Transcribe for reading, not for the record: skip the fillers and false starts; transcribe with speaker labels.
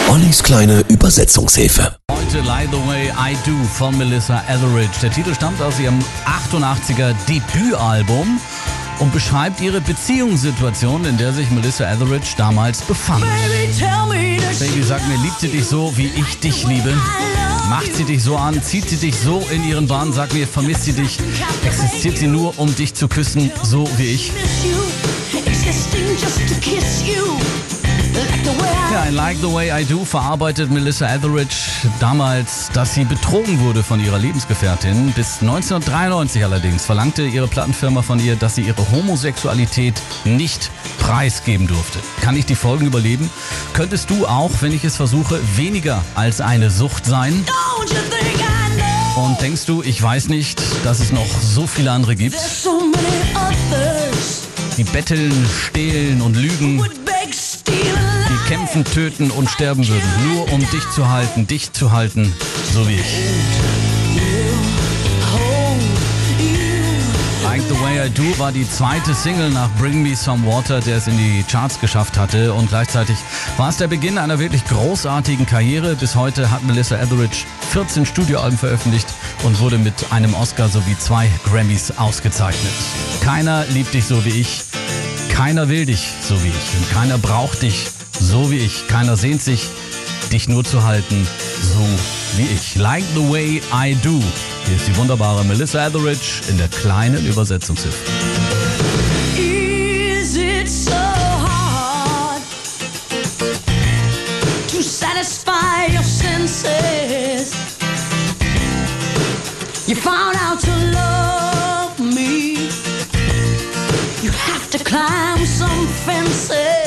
Speaker 1: Ollis kleine Übersetzungshilfe.
Speaker 2: Heute Lie the Way I Do von Melissa Etheridge. Der Titel stammt aus ihrem 88er Debütalbum und beschreibt ihre Beziehungssituation, in der sich Melissa Etheridge damals befand. Baby, sag mir, liebt sie dich so, wie ich dich liebe? Macht sie dich so an? Zieht sie dich so in ihren Bann? Sag mir, vermisst sie dich? Existiert sie nur, um dich zu küssen, so wie ich? Ja, in Like the Way I Do verarbeitet Melissa Etheridge damals, dass sie betrogen wurde von ihrer Lebensgefährtin. Bis 1993 allerdings verlangte ihre Plattenfirma von ihr, dass sie ihre Homosexualität nicht preisgeben durfte. Kann ich die Folgen überleben? Könntest du auch, wenn ich es versuche, weniger als eine Sucht sein? Und denkst du, ich weiß nicht, dass es noch so viele andere gibt, die betteln, stehlen und lügen, die kämpfen, töten und sterben würden, nur um dich zu halten, so wie ich. Like the Way I Do war die zweite Single nach Bring Me Some Water, der es in die Charts geschafft hatte, und gleichzeitig war es der Beginn einer wirklich großartigen Karriere. Bis heute hat Melissa Etheridge 14 Studioalben veröffentlicht und wurde mit einem Oscar sowie 2 Grammys ausgezeichnet. Keiner liebt dich so wie ich, keiner will dich so wie ich und keiner braucht dich so wie ich. Keiner sehnt sich, dich nur zu halten, so wie ich. Like the Way I Do. Hier ist die wunderbare Melissa Etheridge in der kleinen Übersetzungshilfe.
Speaker 3: Is it so hard to satisfy your senses? You found out to love me. You have to climb some fences.